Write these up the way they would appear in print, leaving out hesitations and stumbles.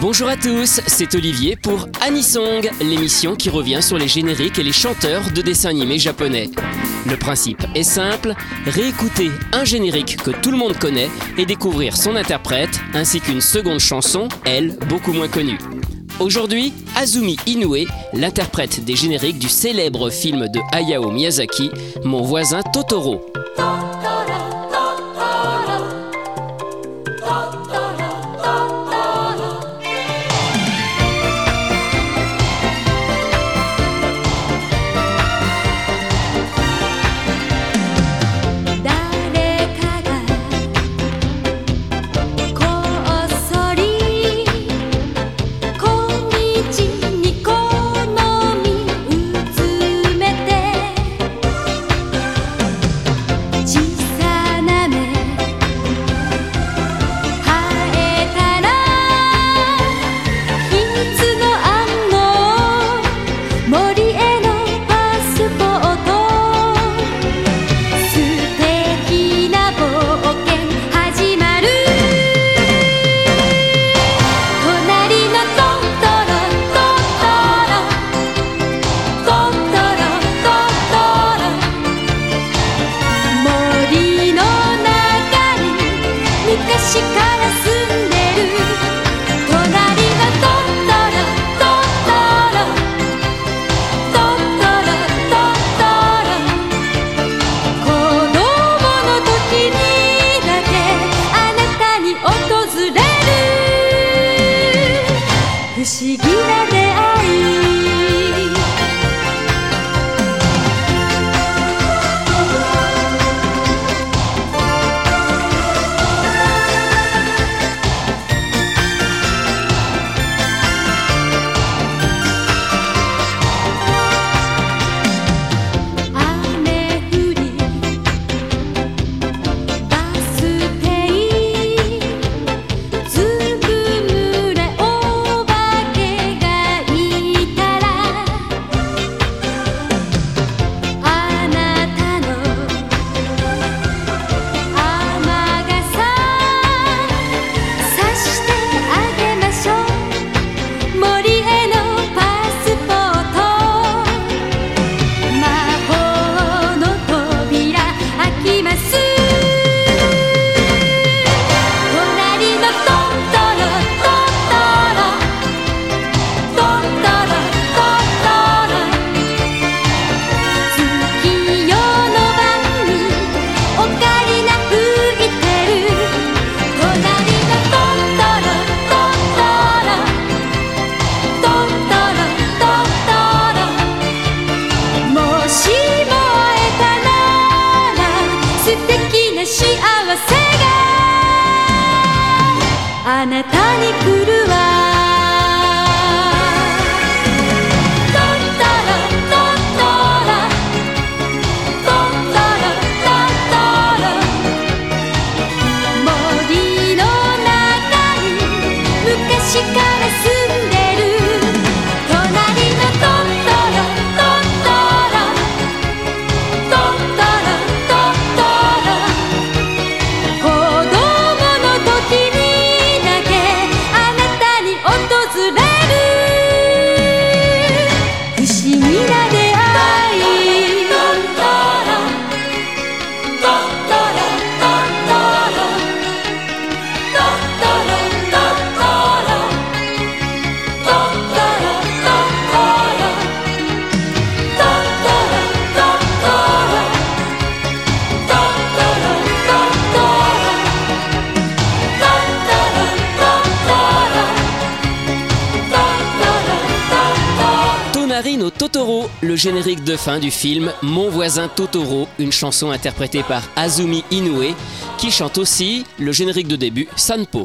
Bonjour à tous, c'est Olivier pour Anisong, l'émission qui revient sur les génériques et les chanteurs de dessins animés japonais. Le principe est simple, réécouter un générique que tout le monde connaît et découvrir son interprète, ainsi qu'une seconde chanson, elle, beaucoup moins connue. Aujourd'hui, Azumi Inoue, l'interprète des génériques du célèbre film de Hayao Miyazaki, Mon voisin Totoro. Totoro, le générique de fin du film Mon voisin Totoro, une chanson interprétée par Azumi Inoue, qui chante aussi le générique de début Sanpo.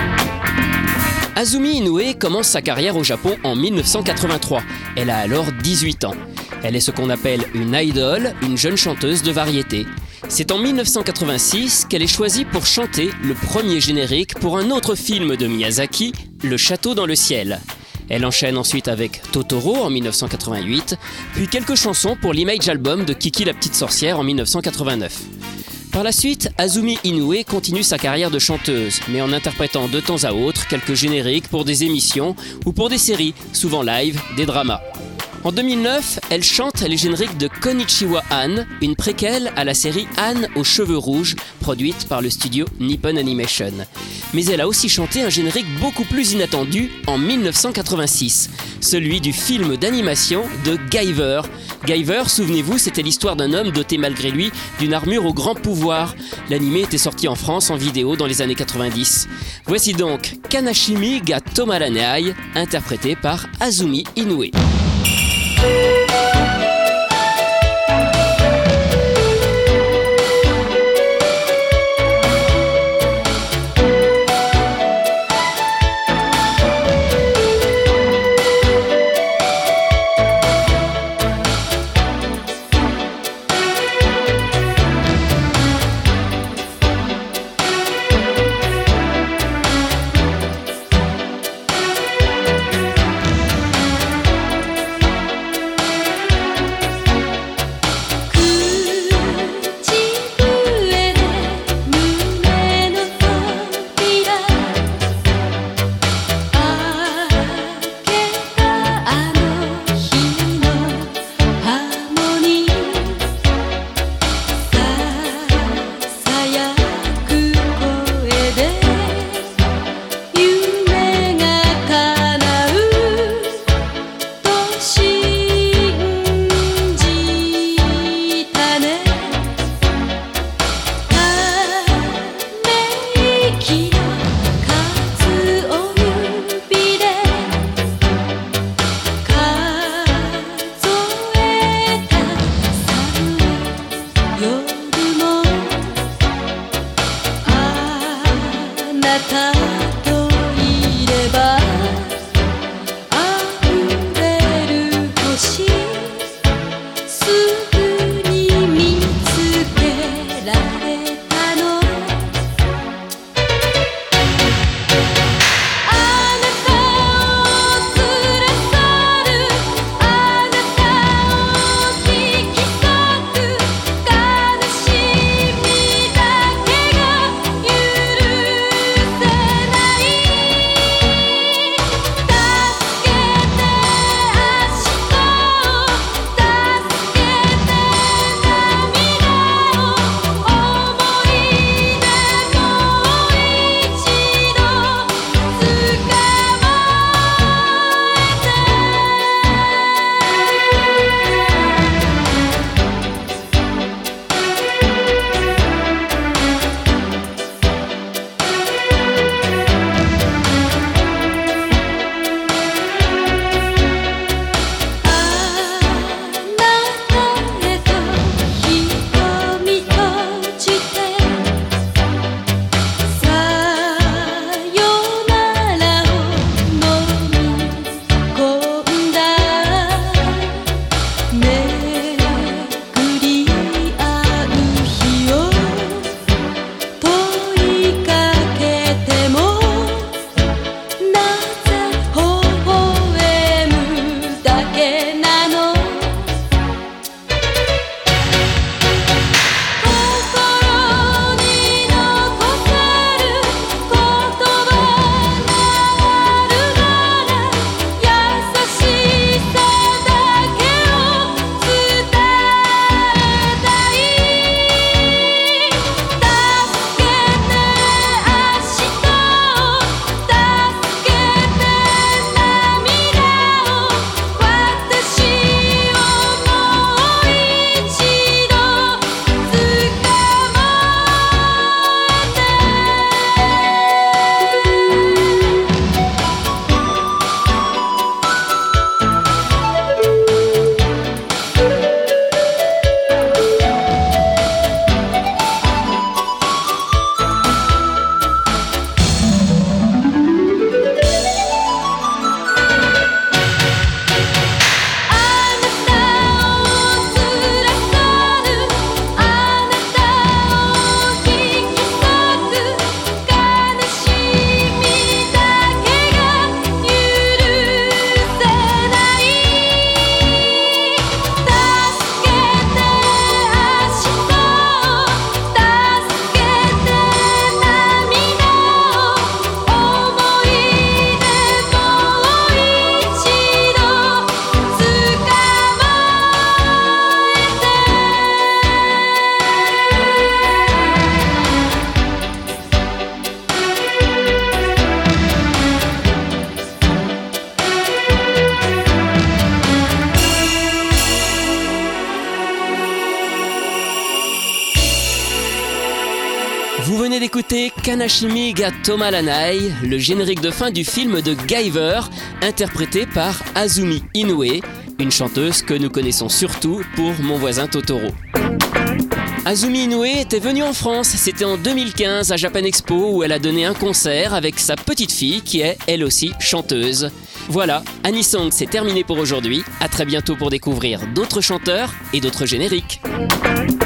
Azumi Inoue commence sa carrière au Japon en 1983. Elle a alors 18 ans. Elle est ce qu'on appelle une idol, une jeune chanteuse de variété. C'est en 1986 qu'elle est choisie pour chanter le premier générique pour un autre film de Miyazaki, Le Château dans le ciel. Elle enchaîne ensuite avec Totoro en 1988, puis quelques chansons pour l'Image Album de Kiki la petite sorcière en 1989. Par la suite, Azumi Inoue continue sa carrière de chanteuse, mais en interprétant de temps à autre autres quelques génériques pour des émissions ou pour des séries, souvent live, des dramas. En 2009, elle chante les génériques de Konichiwa Anne, une préquelle à la série Anne aux cheveux rouges, produite par le studio Nippon Animation. Mais elle a aussi chanté un générique beaucoup plus inattendu en 1986, celui du film d'animation de Guyver. Guyver, souvenez-vous, c'était l'histoire d'un homme doté malgré lui d'une armure au grand pouvoir. L'animé était sorti en France en vidéo dans les années 90. Voici donc Kanashimi ga Tomaranai, interprété par Azumi Inoue. C'était Kanashimi ga Tomaranai, le générique de fin du film de Guyver, interprété par Azumi Inoue, une chanteuse que nous connaissons surtout pour Mon voisin Totoro. Azumi Inoue était venue en France, c'était en 2015 à Japan Expo où elle a donné un concert avec sa petite fille qui est elle aussi chanteuse. Voilà, Anisong c'est terminé pour aujourd'hui, à très bientôt pour découvrir d'autres chanteurs et d'autres génériques.